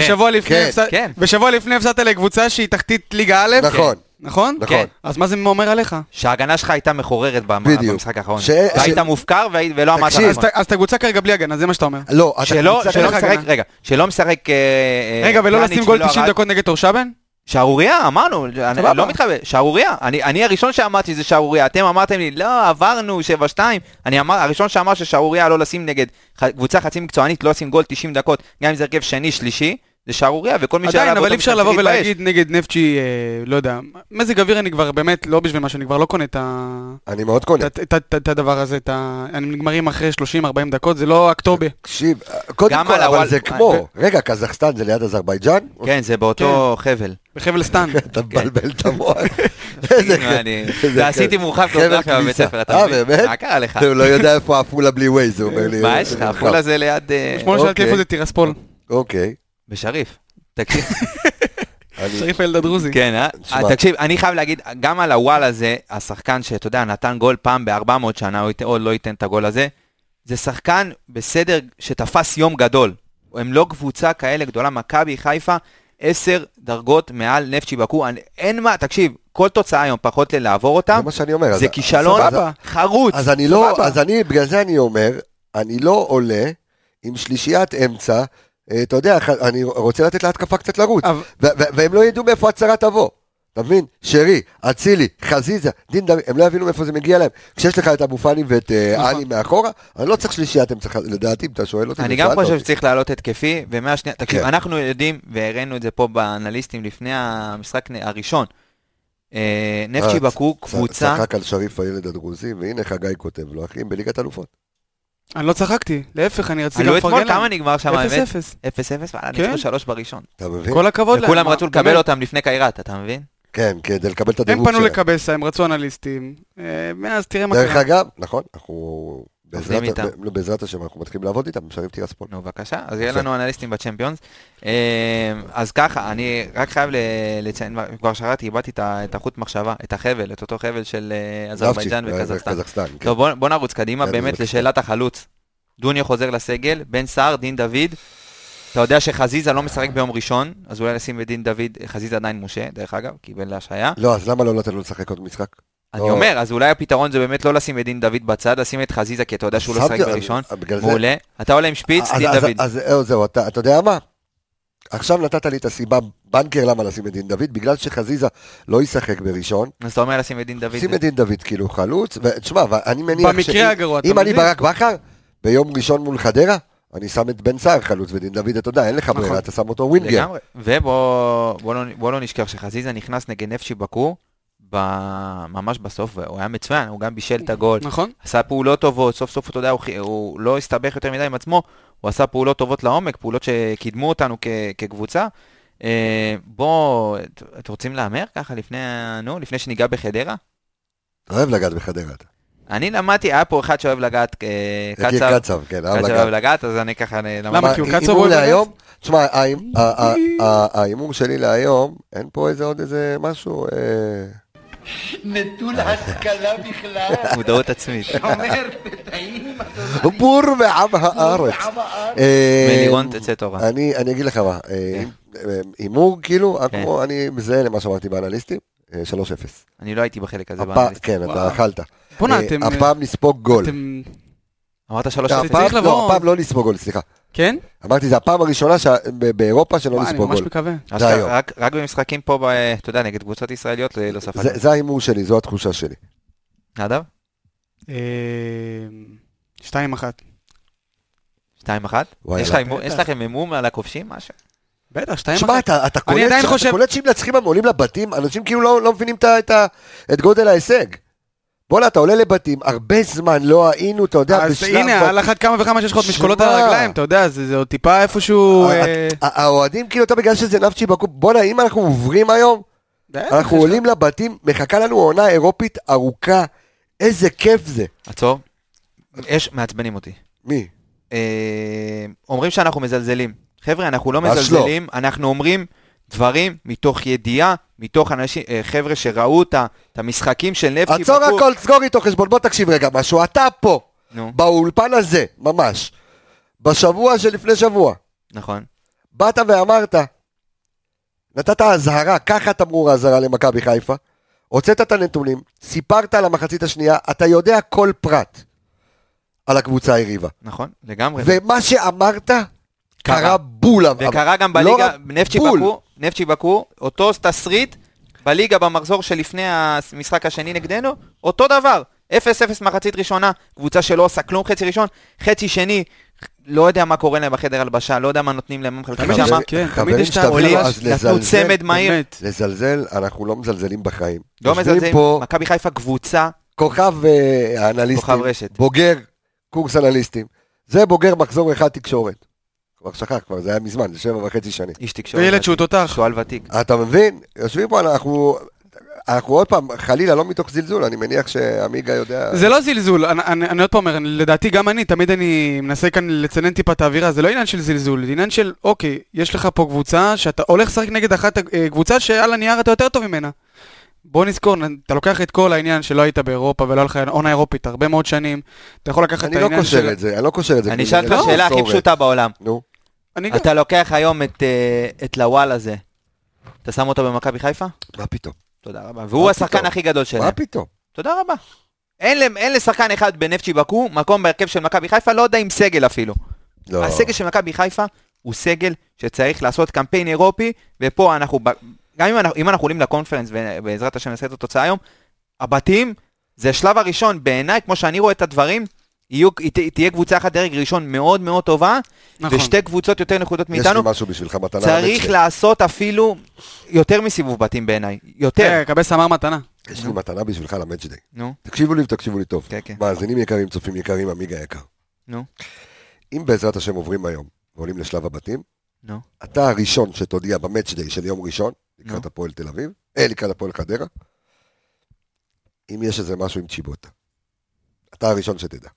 ושבוע לפני הפסדת לקבוצה שהיא תחתית ליגה א', נכון? אז מה זה אומר עליך? שההגנה שלך הייתה מחוררת במשחק האחרון. והיית מופקר ולא עמדת. אז אתה קבוצה כרגע בלי הגנה, זה מה שאתה אומר. לא, שלא משחק... רגע, ולא לשים גול 90 דקות נגד תורשבן? שערוריה, אמרנו, אני לא מתחבא, שערוריה, אני הראשון שאמרתי שזה שערוריה, אתם אמרתם לי, לא, עברנו 7-2, הראשון שאמר ששערוריה לא לשים נגד קבוצה חצי מקצוענית, לא לשים גול 90 דקות, גם אם זה הרכב שני, שלישי, זה שערוריה, וכל מי עדיין, אבל אפשר לבוא ולהגיד נגד נפצ'י, לא יודע, מזג אוויר אני כבר באמת, לא בשביל מה שאני כבר לא קונה אני מאוד קונה. את הדבר הזה, אני נגמרים אחרי 30-40 דקות, זה לא אקטובר. תקשיב, קודם כל, אבל זה כמו, רגע, קזחסטן זה ליד אזרבייג'אן? כן, זה באותו חבל. בחבל סטן. אתה מבלבל את המוח. ועשיתי מורחב גיאוגרפיה בבית ספר, אתה מבין? באמת? מה קרה לך? הוא לא יודע איפה עפולה בלי ווייז, הוא אומר לי. מה יש לך? עפולה זה ליד... שמונה שאלתי איפה זה טירספול. אוקיי. בשריף. תקשיב. שריף הילד הדרוזי. כן, תקשיב, אני חייב להגיד, גם על הוואל הזה, השחקן שאתה יודע, נתן גול פעם ב-400 שנה, הוא עוד לא ייתן את הגול הזה, זה שחקן בסדר שתפס יום גדול. הם לא קבוצה כאלה גדולה, מכבי חיפה, 10 דרגות מעל נפצ'י בקו, אין מה, תקשיב, כל תוצאה היום פחות לעבור אותם, זה מה שאני אומר. זה כישלון חרוץ. אז בגלל זה אני אומר, אני לא עולה עם שלישיית אמצע, אתה יודע, אני רוצה לתת להתקפה קצת לרוץ, והם לא ידעו מאיפה הצהרה תבוא, אתה מבין? שרי, אצילי, חזיזה, דין דוד, הם לא יבינו מאיפה זה מגיע להם, כשיש לך את אבו פני ואת אלי מאחורה, אני לא צריך שלישיית אמצע, לדעתי, אם אתה שואל אותי. אני גם חושב שצריך לעלות התקפי, ומהשנייה, תקשיב, אנחנו יודעים, והראינו את זה פה באנליסטים לפני המשחק הראשון, נפצ'י בקו, קבוצה... צחק על שריף הילד הדרוזי, והנה חגי כותב לו, אחים, בליגת אלופות. אני לא צחקתי, להפך, אני רציתי גם לפרגן להם. עלו אתמול כמה נגמר שם האמת? 0-0. 0-0, ניצחו 3 בראשון. אתה מבין? כל הכבוד להם. וכולם רצו לקבל אותם לפני קיירת, אתה מבין? כן, כדי לקבל את הדירוג שלהם. הם פנו שלהם. לקבסה, הם רצו אנליסטים, מאז תראה מה קרה. דרך אגב, נכון, אנחנו בעזרת השם, אנחנו מתחילים לעבוד איתם, משארים טירספול. נו, בבקשה, אז יהיה לנו אנליסטים בצ'מפיונס. אז ככה, אני רק חייב לציין, כבר שרתי, איבדתי את החוט מחשבה, את החבל, את אותו חבל של אזרבייג'אן וקזחסטן. טוב, בוא נרוץ קדימה, באמת לשאלת החלוץ. דוניו חוזר לסגל, בן סער, דין דוד, אתה יודע שחזיזה לא משחק ביום ראשון, אז אולי לשים בדין דוד, חזיזה עדיין משה, דרך אגב, קיבל להשעיה. לא, אז למה לא נתן לו לשחק עוד משחק? אני אומר, אז אולי הפתרון זה באמת לא לשים את דין דוד בצד, לשים את חזיזה, כי אתה יודע שהוא לא משחק בראשון, מעולה. אתה עולה עם שפיץ, דין דוד. אז זהו, אתה יודע מה? עכשיו נתת לי את הסיבה, בנקר למה לשים את דין דוד, בגלל שחזיזה לא ישחק בראשון. אז אתה אומר לשים את דין דוד. שים את דין דוד כאילו חלוץ, ותשמע, אני מניח במקרה הגרוע, אם אני ברק בכר, ביום ראשון מול חדרה, אני שם את בן סער חלוץ ודין דוד, אתה יודע, אין לך ברירה, אתה שם אותו ווינגר. ובוא לא נשכח שחזיזה נכנס נגד נפצ'י בקו, ממש בסוף, והוא היה מצוין, הוא גם בישל את הגול. נכון. עשה פעולות טובות, סוף סוף אתה יודע, הוא לא הסתבך יותר מדי עם עצמו, הוא עשה פעולות טובות לעומק, פעולות שקידמו אותנו כקבוצה. בוא, אתם רוצים לאמר ככה לפני שניגע בחדרה? אתה אוהב לגעת בחדרה. אני למדתי, היה פה אחד שאוהב לגעת קצב, כן, אוהב לגעת, אז אני ככה למדתי. למה? כי הוא קצב אוהב לגעת? תשמע, ההימור שלי להיום, אין פה עוד איזה משהו... נטול השכלה בכלל. מודעות עצמית. אומר פתאים. בור מעם הארץ. מלירון תצא תורה. אני אגיד לך מה, הימור כאילו, אני מזהה למה שאמרתי באנליסטים, 3-0. אני לא הייתי בחלק הזה באנליסט. כן, אתה אכלת. בוא'נה, אתם... הפעם נספוג גול. אמרת 3-0. הפעם לא נספוג גול, סליחה. כן? אמרתי, זה הפעם הראשונה באירופה שלא אני נספוג ממש גול. מקווה. רק במשחקים פה, אתה יודע, נגד קבוצות ישראליות לא ספק. זה ההימור שלי, זו התחושה שלי. נדב? 2-1. 2-1? יש לכם הימור על הכובשים? משהו? בטח, 2-1. שמע, אתה חושב- קולט שאם נצחים הם עולים לבתים, אנשים כאילו לא מבינים את גודל ההישג. בוא'נה, אתה עולה לבתים, הרבה זמן לא היינו, אתה יודע, אז הנה, על אחת כמה וכמה שיש לך עוד משקולות על הרגליים, אתה יודע, זה עוד טיפה איפשהו... האוהדים כאילו, אתה בגלל שזה נפצ'י בקופ, בוא'נה, אם אנחנו עוברים היום, אנחנו עולים לבתים, מחכה לנו עונה אירופית ארוכה, איזה כיף זה. עצור. מעצבנים אותי. מי? אומרים שאנחנו מזלזלים. חבר'ה, אנחנו לא מזלזלים, אנחנו אומרים דברים מתוך ידיעה, מתוך אנשים, חבר'ה שראו את המשחקים של נפצ'י בקו. עצור הכל, סגור איתו חשבון, בוא תקשיב רגע משהו, אתה פה, באולפן הזה, ממש, בשבוע שלפני שבוע, נכון. באת ואמרת, נתת הזהרה, ככה תמרור ההזהרה למכבי חיפה, הוצאת את הנתונים, סיפרת על המחצית השנייה, אתה יודע כל פרט על הקבוצה היריבה. נכון, לגמרי. ומה שאמרת, קרה בול. וקרה גם בליגה, נפצ'י בקו, אותו תסריט, בליגה במחזור שלפני המשחק השני נגדנו, אותו דבר, 0-0 מחצית ראשונה, קבוצה שלא עושה כלום חצי ראשון, חצי שני, לא יודע מה קורה להם בחדר הלבשה, לא יודע מה נותנים להם, חברים שתבינו, אז נתנו צמד מהיר. לזלזל, אנחנו לא מזלזלים בחיים. לא מזלזלים, מכבי חיפה קבוצה. כוכב האנליסטים, בוגר קורס אנליסטים, זה בוגר מחזור אחד תקשורת. כבר שכח, כבר זה היה מזמן, זה 7.5 שנים. איש תקשורת. וילד שהוא תותח. שואל ותיק. אתה מבין? יושבים פה, אנחנו עוד פעם, חלילה, לא מתוך זלזול, אני מניח שעמיגה יודע... זה לא זלזול, אני עוד פעם אומר, לדעתי גם אני, תמיד אני מנסה כאן לצנן טיפה את האווירה, זה לא עניין של זלזול, זה עניין של, אוקיי, יש לך פה קבוצה, שאתה הולך לשחק נגד אחת קבוצה שעל הנייר אתה יותר טוב ממנה. בוא נזכור, אתה לוקח את כל העניין שלא היית באירופה ולא לך עונה אירופית הרבה מאוד שנים, אתה יכול לקחת את העניין של... אני לא קושר את זה. אני אשאל לך שאלה הכי פשוטה בעולם. נו. אתה לוקח היום את לוואל הזה, אתה שם אותו במכבי חיפה? מה פתאום? תודה רבה. והוא השחקן הכי גדול שלהם. מה פתאום? תודה רבה. אין לשחקן אחד בנפצ'י בקו, מקום בהרכב של מכבי חיפה, לא יודע עם סגל אפילו. לא. הסגל של מכבי חיפה הוא סגל שצריך לעשות קמפיין אירופי, ופה אנחנו, גם אם אנחנו עולים לקונפרנס, ובעזרת השם נעשה את התוצאה היום, הבתים זה השלב הראשון, בעיניי, כמו שאני רואה את הדברים, תהיה קבוצה אחת דרג ראשון מאוד מאוד טובה, ושתי קבוצות יותר נקודות מאיתנו. יש לי משהו בשבילך, מתנה. צריך לעשות אפילו יותר מסיבוב בתים בעיניי. יותר. קבל סמר מתנה. יש לי מתנה בשבילך למאץ' דיי. נו. תקשיבו לי ותקשיבו לי טוב. כן, כן. מאזינים יקרים, צופים יקרים, עמיגה יקר. נו. אם בעזרת השם עוברים היום, ועולים לשלב הבתים, נו. אתה הראשון שתודיע במאץ' דיי של יום ראשון, לקראת הפועל תל אביב, לקראת הפועל חדרה, אם יש איזה משהו עם צ'יבוטה. אתה הראשון שתדע.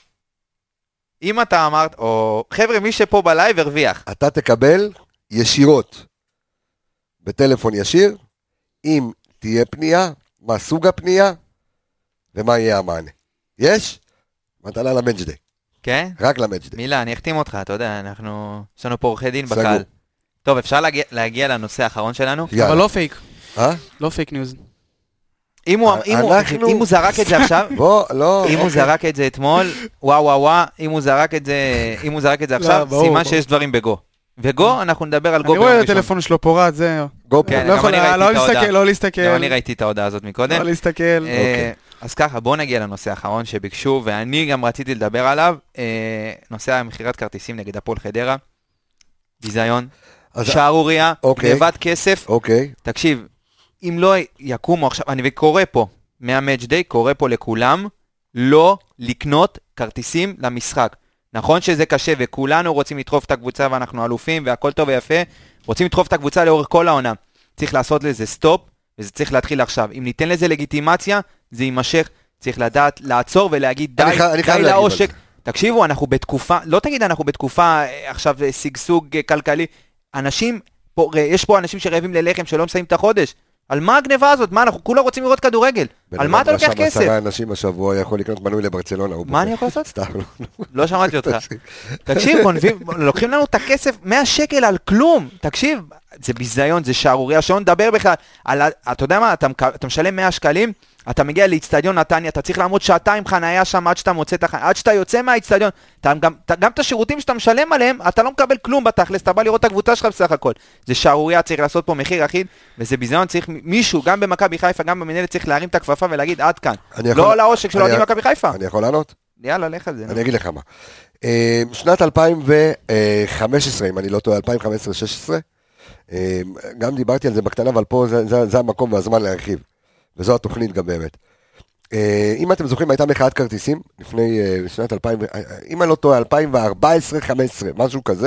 אם אתה אמרת, או חבר'ה, מי שפה בלייב הרוויח. אתה תקבל ישירות, בטלפון ישיר, אם תהיה פנייה, מה סוג הפנייה, ומה יהיה המענה. יש? מתנה למאץ' דיי. כן? רק למאץ' דיי. מילה, אני אחתים אותך, אתה יודע, יש לנו פה עורכי דין בקהל. טוב, אפשר להגיע לנושא האחרון שלנו? אבל לא פייק. לא פייק ניוז. אם הוא זרק את זה עכשיו, אם הוא זרק את זה אתמול, וואו, אם הוא זרק את זה עכשיו, סימן שיש דברים בגו. וגו, אנחנו נדבר על גו. אני רואה את הטלפון שלו פורט, זה... גו, לא להסתכל. גם אני ראיתי את ההודעה הזאת מקודם. לא להסתכל. אז ככה, בואו נגיע לנושא האחרון שביקשו, ואני גם רציתי לדבר עליו, נושא המכירת כרטיסים נגד הפועל חדרה, ביזיון, שערוריה, גנבת כסף. תקשיב, אם לא יקומו עכשיו, אני קורא פה, מהמאץ' דיי, קורא פה לכולם, לא לקנות כרטיסים למשחק. נכון שזה קשה, וכולנו רוצים לדחוף את הקבוצה, ואנחנו אלופים, והכל טוב ויפה, רוצים לדחוף את הקבוצה לאורך כל העונה. צריך לעשות לזה סטופ, וזה צריך להתחיל עכשיו. אם ניתן לזה לגיטימציה, זה יימשך, צריך לדעת, לעצור ולהגיד די לעושק. תקשיבו, אנחנו בתקופה, לא תגיד אנחנו בתקופה, עכשיו סגסוג כלכלי, אנשים, יש פה אנשים שרעבים ללחם, שלא מסיים את החודש. על מה הגניבה הזאת? מה, אנחנו כולה רוצים לראות כדורגל. על מה אתה לוקח שם 10 כסף? אנשים השבוע יכול לקנות מנוי לברצלונה. מה אני יכול לעשות? סתם, לא שמעתי אותך. תקשיב, לוקחים לנו את הכסף 100 שקל על כלום. תקשיב, זה ביזיון, זה שערוריה, שלא נדבר בכלל. אתה יודע מה, אתה משלם 100 שקלים, אתה מגיע לאצטדיון נתניה, אתה צריך לעמוד שעתיים חניה שם עד שאתה מוצא את החניה, עד שאתה יוצא מהאצטדיון, גם את השירותים שאתה משלם עליהם, אתה לא מקבל כלום בתכלס, אתה בא לראות את הקבוצה שלך בסך הכל. זה שערוריה, צריך לעשות פה מחיר אחיד, וזה ביזיון, צריך מישהו, גם במכבי חיפה, גם במנהלת, צריך להרים את הכפפה ולהגיד עד כאן. לא על העושק של אוהדים מכבי חיפה. אני יכול לענות? יאללה, לך על זה. אני אגיד לך מה. שנת 2015, אם אני לא טועה, 2015-16, גם דיברתי על זה בקטנה, אבל פה זה המקום והזמן להרחיב. וזו התוכנית גם באמת. אם אתם זוכרים, הייתה מחאת כרטיסים, לפני שנת 2000, אם אני לא טועה, 2014-2015, משהו כזה.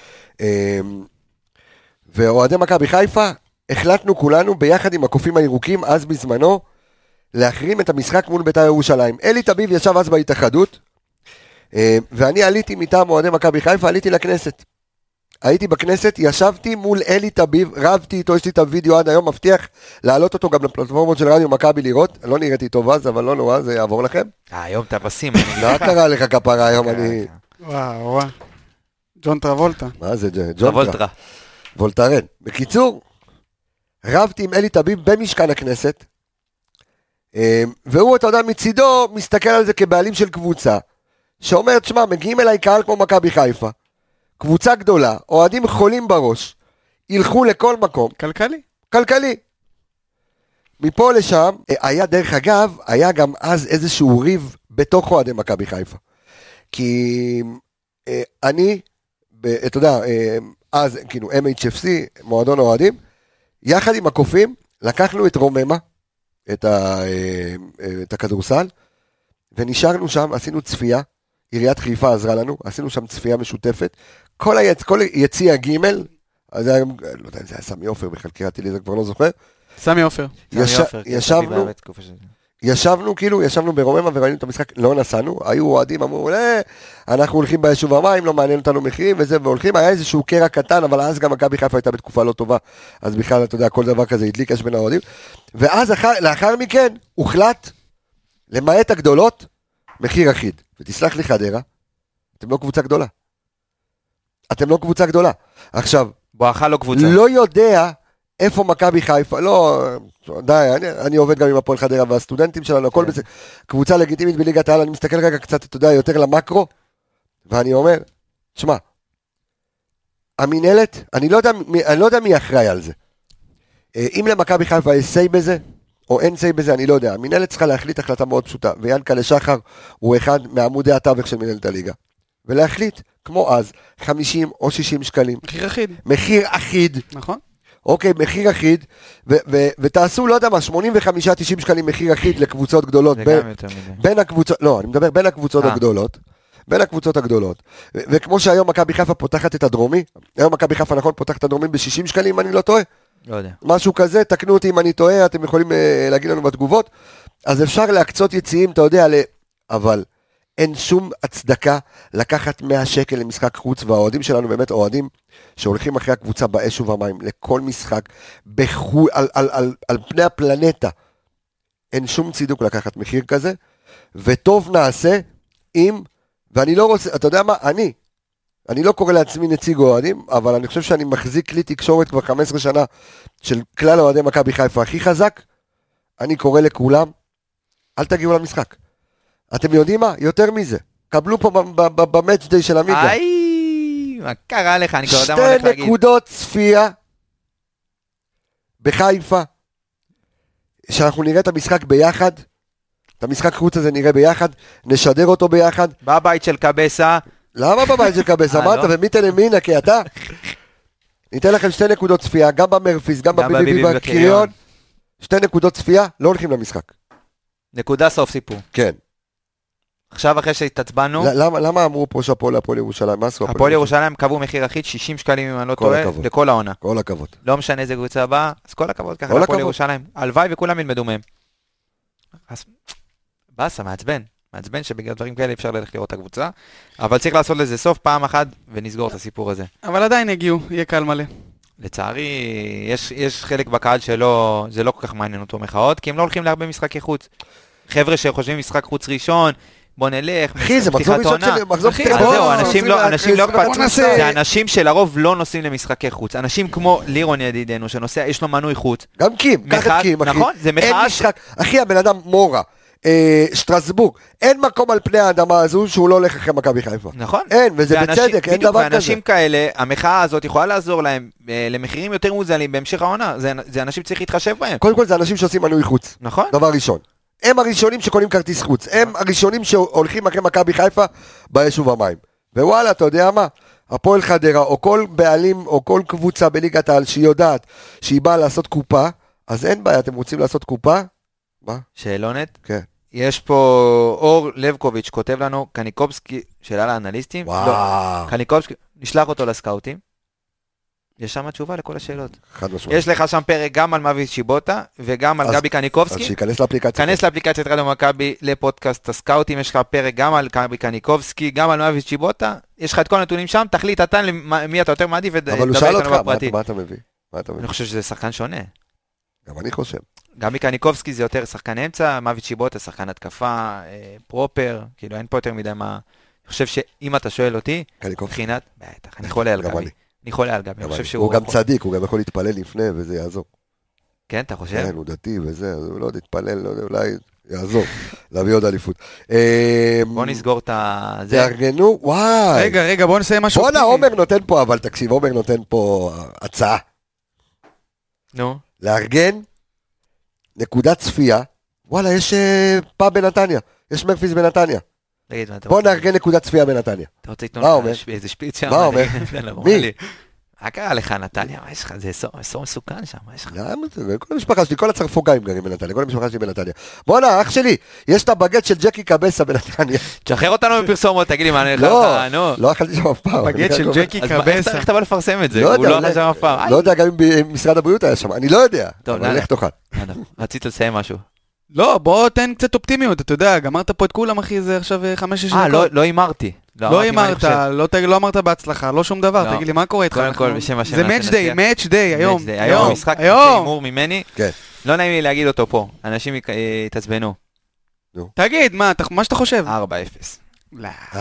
ואוהדי מכבי חיפה, החלטנו כולנו, ביחד עם הקופים הירוקים, אז בזמנו, להחרים את המשחק מול בית"ר ירושלים. אלי טביב ישב אז בהתאחדות, ואני עליתי מטעם אוהדי מכבי חיפה, עליתי לכנסת. הייתי בכנסת, ישבתי מול אלי טביב, רבתי איתו, יש לי את הוידאו עד היום, מבטיח להעלות אותו גם לפלטפורמות של רדיו מכבי לראות, לא נראיתי טוב אז, אבל לא נורא, זה יעבור לכם. היום אתה פסים. לא קרה לך כפרה היום, אני... וואו. ג'ון טרבולטה. מה זה ג'ון טרה? וולטרן. בקיצור, רבתי עם אלי טביב במשכן הכנסת, והוא, אתה יודע, מצידו מסתכל על זה כבעלים של קבוצה, שאומר, תשמע, מגיעים אליי קהל כמו מכבי חיפה, קבוצה גדולה, אוהדים חולים בראש, ילכו לכל מקום. כלכלי. כלכלי. מפה לשם, היה דרך אגב, היה גם אז איזשהו ריב בתוך אוהדי מכבי חיפה. כי אני, אתה יודע, אז כאילו MHFC, מועדון אוהדים, יחד עם הקופים, לקחנו את רוממה, את הכדורסל, ונשארנו שם, עשינו צפייה, עיריית חיפה עזרה לנו, עשינו שם צפייה משותפת, כל יציע ג' אז היה, לא יודע אם זה היה סמי אופר בכלל, קראתי לי, זה כבר לא זוכר. סמי אופר. ישבנו ברוממה וראינו את המשחק, לא נסענו, היו אוהדים, אמרו, אנחנו הולכים ביישוב המים, לא מעניין אותנו מחירים וזה, והולכים, היה איזשהו קרע קטן, אבל אז גם מכבי חיפה הייתה בתקופה לא טובה, אז בכלל, אתה יודע, כל דבר כזה הדליק אש בין האוהדים, ואז לאחר מכן, הוחלט, למעט הגדולות, מחיר אחיד. ותסלח לי חדרה, אתם לא קבוצה גדולה. אתם לא קבוצה גדולה. עכשיו, בואכה לא קבוצה. לא יודע איפה מכבי חיפה, לא, די, אני עובד גם עם הפועל חדרה והסטודנטים שלנו, הכל בזה, קבוצה לגיטימית בליגת העל, אני מסתכל רגע קצת, אתה יודע, יותר למקרו, ואני אומר, תשמע, המנהלת, אני לא יודע מי אחראי על זה. אם למכבי חיפה יש סי בזה, או אין סי בזה, אני לא יודע. המנהלת צריכה להחליט החלטה מאוד פשוטה, ויאנקל'ה שחר הוא אחד מעמודי התווך של מנהלת הליגה. ולהחליט, כמו אז, 50 או 60 שקלים. מחיר אחיד. מחיר אחיד. נכון. אוקיי, מחיר אחיד, ותעשו, לא יודע מה, 85-90 שקלים מחיר אחיד לקבוצות גדולות. זה גם יותר מדי. בין הקבוצות, לא, אני מדבר בין הקבוצות הגדולות. בין הקבוצות הגדולות. וכמו שהיום מכבי חיפה פותחת את הדרומי, היום מכבי חיפה נכון פותחת את הדרומי ב-60 שקלים, אני לא טועה. לא יודע. משהו כזה, תקנו אותי אם אני טועה, אתם יכולים להגיד לנו בתגובות, אז אפשר להקצות יציאים, אתה יודע, אבל אין שום הצדקה לקחת 100 שקל למשחק חוץ, והאוהדים שלנו באמת אוהדים שהולכים אחרי הקבוצה באש ובמים, לכל משחק, על פני הפלנטה, אין שום צידוק לקחת מחיר כזה, וטוב נעשה אם, ואני לא רוצה, אתה יודע מה, אני לא קורא לעצמי נציג אוהדים, אבל אני חושב שאני מחזיק כלי תקשורת כבר 15 שנה של כלל אוהדי מכבי חיפה הכי חזק, אני קורא לכולם, אל תגיעו למשחק. אתם יודעים מה? יותר מזה. קבלו פה במאץ' דיי של המיגה. מה קרה לך? אני כבר יודע מה הולך להגיד. 2 נקודות צפייה בחיפה, שאנחנו נראה את המשחק ביחד, את המשחק חוץ הזה נראה ביחד, נשדר אותו ביחד. בבית של קבסה. למה בבית של קבסה? אמרת ומי תלמינה כי אתה? ניתן לכם 2 נקודות צפייה, גם במרפיס, גם בביבי בקריון. 2 נקודות צפייה, לא הולכים למשחק. נקודה סוף סיפור. כן. עכשיו אחרי שהתעצבנו. למה אמרו פה שהפועל ירושלים? הפועל ירושלים קבעו מחיר אחיד 60 שקלים אם אני לא טועה, לכל העונה. כל הכבוד. לא משנה איזה קבוצה הבאה, אז כל הכבוד ככה לפועל ירושלים. הלוואי וכולם ילמדו מהם. בסה, מעצבן שבגלל דברים כאלה אפשר ללכת לראות את הקבוצה, אבל צריך לעשות לזה סוף פעם אחת ונסגור את הסיפור הזה. אבל עדיין הגיעו, יהיה קהל מלא. לצערי, יש חלק בקהל שלא, זה לא כל כך מעניין אותו מחאות, כי הם לא הולכים להרבה משחקי חוץ. חבר'ה שחושבים משחק חוץ ראשון, בוא נלך, אחי, זה מחזור ראשון של מחזור פתיחת העונה. אנשים לא אכפת, נעשה. זה אנשים שלרוב לא נוסעים למשחקי חוץ. אנשים כמו לירון ידידנו, שנוסע, יש לו מנוי חוץ. גם קים, קח את קים, אחי. נכון, זה מחאה. אין משחק, אחי, הבן אדם מורה, שטרסבורג, אין מקום על פני האדמה הזו שהוא לא הולך אחרי מכבי חיפה. נכון. אין, וזה בצדק, אין דבר כזה. ואנשים כאלה, המחאה הזאת יכולה לעזור להם למחירים יותר מוזלים בהמשך העונה. זה אנשים צריך להתחשב בהם. קודם כל זה אנשים שעושים מנוי חוץ. נכון. דבר ראשון. הם הראשונים שקונים כרטיס חוץ. הם הראשונים שהולכים אחרי מכבי חיפה באש ובמים. ווואלה, אתה יודע מה? הפועל חדרה, או כל בעלים, או כל קבוצה בליגת העל שהיא יודעת שהיא באה לעשות קופה, אז אין בעיה, אתם רוצים לעשות קופה? מה? שאלונת? כן. יש פה אור לבקוביץ' כותב לנו, קניקובסקי, שאלה לאנליסטים. וואו. קניקובסקי, נשלח אותו לסקאוטים. יש שם תשובה לכל השאלות. חד משמעית. יש לך שם פרק גם על מביס שיבוטה, וגם על גבי קניקובסקי. אז שיכנס לאפליקציה. כנס לאפליקציית רדיו מכבי לפודקאסט הסקאוטים, יש לך פרק גם על גבי קניקובסקי, גם על מביס שיבוטה, יש לך את כל הנתונים שם, תחליט אתה מי אתה יותר מעדיף אבל הוא שאל אותך, מה אתה מביא? אני חושב שזה שחקן שונה. גם אני חושב. גבי קניקובסקי זה יותר שחקן אמצע, מביס שיבוטה, שחקן התקפה, פרופר, כאילו אין פה יותר מדי מה. אני חושב שאם אתה שואל אותי, מבחינת, בטח, אני חולה על גבי. אני חולה על גבי, אני חושב שהוא... הוא גם צדיק, הוא גם יכול להתפלל לפני וזה יעזור. כן, אתה חושב? כן, הוא דתי וזה, הוא לא יודע, להתפלל, אולי יעזור, להביא עוד אליפות. בוא נסגור את זה. תארגנו, וואי. רגע, בוא נסיים משהו. בוא'נה, עומר נותן פה, אבל תקשיב, עומר נותן פה הצעה. נו. לארגן נקודת צפייה, וואלה, יש פאב בנתניה, יש מרפיס בנתניה. בוא נארגן נקודת צפייה בנתניה. אתה רוצה לתנון איזה שפיץ שם? מה אומר? מי? מה קרה לך נתניה? מה יש לך? זה אסור מסוכן שם, מה יש לך? כל המשפחה שלי, כל הצרפוקאים גרים בנתניה, כל המשפחה שלי בנתניה. בוא'נה, אח שלי, יש את הבגט של ג'קי קבסה בנתניה. תשחרר אותנו בפרסומות, תגיד לי מה אני לא אכלתי שם אף פעם. בגט של ג'קי קבסה. איך אתה בא לפרסם את זה? הוא לא אכל שם אף פעם. לא יודע, גם אם משרד הבריאות היה שם, אני לא יודע. אבל לך תאכל. רצית לסיים משהו. לא, בוא תן קצת אופטימיות, אתה יודע, גמרת פה את כולם, אחי, זה עכשיו 5-6 דקות. לא הימרתי. לא הימרת, לא אמרת בהצלחה, לא שום דבר, תגיד לי, מה קורה איתך? קודם כל, בשם השם. זה match day, היום. היום משחק הימור ממני. לא נעים לי להגיד אותו פה, אנשים יתעצבנו. תגיד, מה שאתה חושב? 4-0.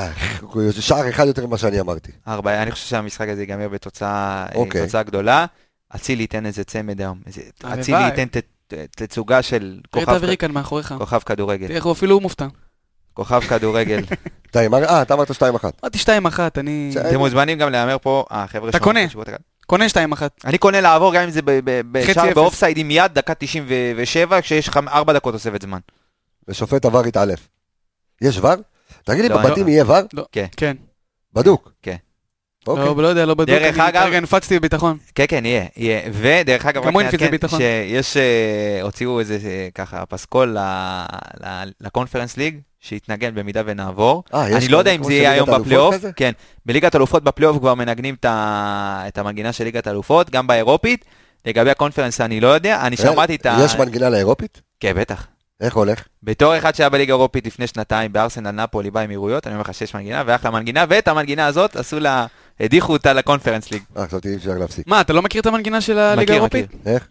שער אחד יותר ממה שאני אמרתי. 4, אני חושב שהמשחק הזה ייגמר בתוצאה גדולה. אצילי ייתן איזה צמד היום. אצילי ייתן תצוגה של כוכב כדורגל. תראה, הוא אפילו מופתע. כוכב כדורגל. אתה אמרת 2-1. אמרתי 2-1 אני... אתם מוזמנים גם להאמר פה, החבר'ה אתה קונה 2-1. אני קונה לעבור גם אם זה בשער באופסייד עם יד, דקה 97, כשיש 4 דקות תוספת זמן. ושופט עבר התעלף. יש ור? תגיד לי, בבתים יהיה ור? כן. בדוק? כן. לא יודע, לא בדוק, אני הנפצתי בביטחון. כן, יהיה. ודרך אגב, גם הוא הנפיץ בביטחון. שיש, הוציאו איזה ככה פסקול לקונפרנס ליג, שיתנגן במידה ונעבור. אני לא יודע אם זה יהיה היום בפלייאוף. כן, בליגת אלופות בפלייאוף כבר מנגנים את המנגינה של ליגת אלופות, גם באירופית. לגבי הקונפרנס אני לא יודע, אני שמעתי את יש מנגינה לאירופית? כן, בטח. איך הולך? בתור אחד שהיה בליגה אירופית לפני שנתיים, בארסנל נפולי באמירויות, אני אומר לך שיש מנגינה, ואחלה מנגינה, ואת המנגינה הזאת עשו לה, הדיחו אותה לקונפרנס ליג. חשבתי אפשר להפסיק. מה, אתה לא מכיר את המנגינה של הליגה האירופית? איך?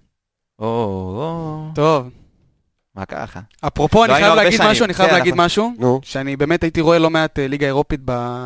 טוב. מה קרה לך? אפרופו, אני חייב להגיד משהו, שאני באמת הייתי רואה לא מעט ליגה אירופית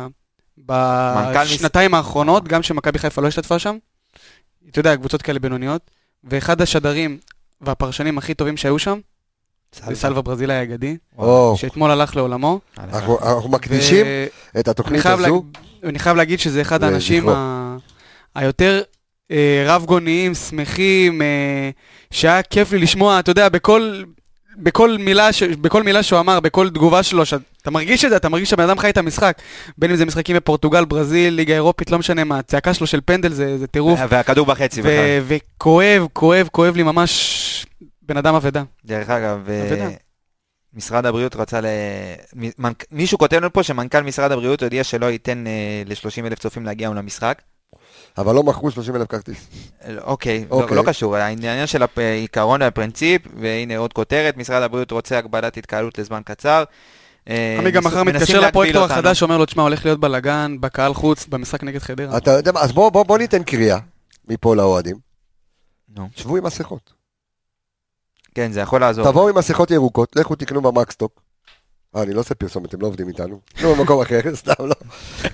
בשנתיים האחרונות, גם שמכבי חיפה לא השתתפה שם. אתה יודע, קבוצות כאלה בינוניות, ואחד השדרים והפרשנים הכי טובים שהיו שם, זה סלווה ברזילאי האגדי, שאתמול הלך לעולמו. אנחנו מקדישים את התוכנית הזו. אני חייב להגיד שזה אחד האנשים היותר רב-גוניים, שמחים, שהיה כיף לי לשמוע, אתה יודע, בכל מילה שהוא אמר, בכל תגובה שלו, אתה מרגיש את זה, אתה מרגיש שהבן אדם חי את המשחק, בין אם זה משחקים בפורטוגל, ברזיל, ליגה אירופית, לא משנה מה, הצעקה שלו של פנדל זה טירוף. והכדור בחצי. וכואב לי ממש בן אדם אבדה. דרך אגב, משרד הבריאות רצה מישהו כותב לנו פה שמנכ"ל משרד הבריאות הודיע שלא ייתן ל-30,000 צופים להגיע למשחק. אבל לא מכרו 30,000 כרטיס. אוקיי, לא קשור, העניין של העיקרון והפרינציפ, והנה עוד כותרת, משרד הבריאות רוצה הגבלת התקהלות לזמן קצר. אני גם מחר מתקשר לפרויקטור החדש, אומר לו, תשמע, הולך להיות בלגן, בקהל חוץ, במשחק נגד חדרה. אתה יודע מה, אז בוא ניתן קריאה, מפה לאוהדים, נו. שבו עם מסכות. כן, זה יכול לעזור. תבואו עם מסכות ירוקות, לכו תקנו במקסטוק. אני לא עושה פרסומת, הם לא עובדים איתנו. לא במקום אחר, סתם לא.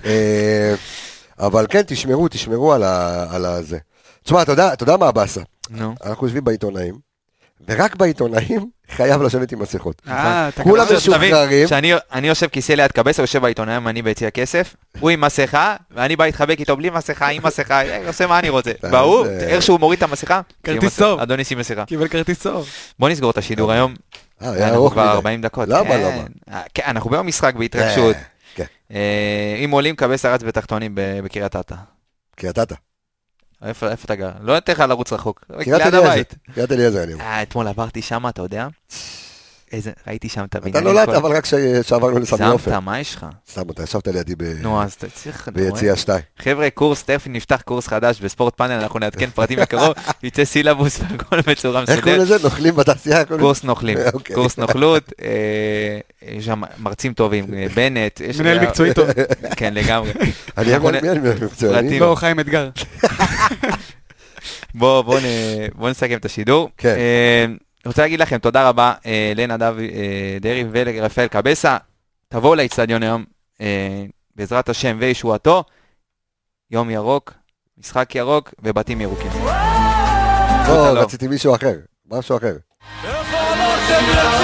אבל כן, תשמרו על זה. תשמע, אתה יודע מה הבאסה? נו. אנחנו יושבים בעיתונאים, ורק בעיתונאים חייב לשבת עם מסכות. אתה כולם ככה- משוחררים. שאני יושב כיסא ליד קבסה, יושב בעיתונאים, אני ביציע כסף, הוא עם מסכה, ואני בא להתחבק איתו בלי מסכה, עם מסכה, עושה מה אני רוצה. והוא, איך שהוא מוריד את המסכה, כרטיס צהוב. אדוני שים מסכה. קיבל כרטיס צהוב. בוא נסגור את השידור היום. היה אנחנו ארוך כבר מדי. 40 דקות. למה, כן. למה? כן, אנחנו ביום משחק בהתרגשות. כן. אם עולים, קבסה רץ בתחתונים בקריית אתא. קריית אתא. איפה אתה גר? לא אתן לך לרוץ רחוק. קריית ליד אליעזר. הבית. קריית אליעזר אני אומר. אתמול עברתי שם, אתה יודע? ראיתי שם את אתה הבניינים. נולדת, אבל רק שעברנו לסמי עופר. זמת, מה יש לך? סתם, אתה ישבת לידי נו, אז אתה צריך... ביציע 2. חבר'ה, קורס, תכף נפתח קורס חדש בספורט פאנל, אנחנו נעדכן פרטים בקרוב, יצא סילבוס והכל בצורה איך קוראים מסודרת. לזה? נוכלים בתעשייה? קורס נוכלים, אוקיי. קורס נוכלות, יש שם מרצים טובים, בנט, יש... מנהל מקצועי טוב. כן, לגמרי. אני אנחנו מי מקצועי? פרטים. לא, חיים אתגר. בואו נסכם את השידור. כן. אני רוצה להגיד לכם תודה רבה לנדב דרי ולרפאל קבסה. תבואו לאצטדיון היום, בעזרת השם וישועתו, יום ירוק, משחק ירוק ובתים ירוקים. לא, רציתי מישהו אחר. משהו אחר. איפה אמרתם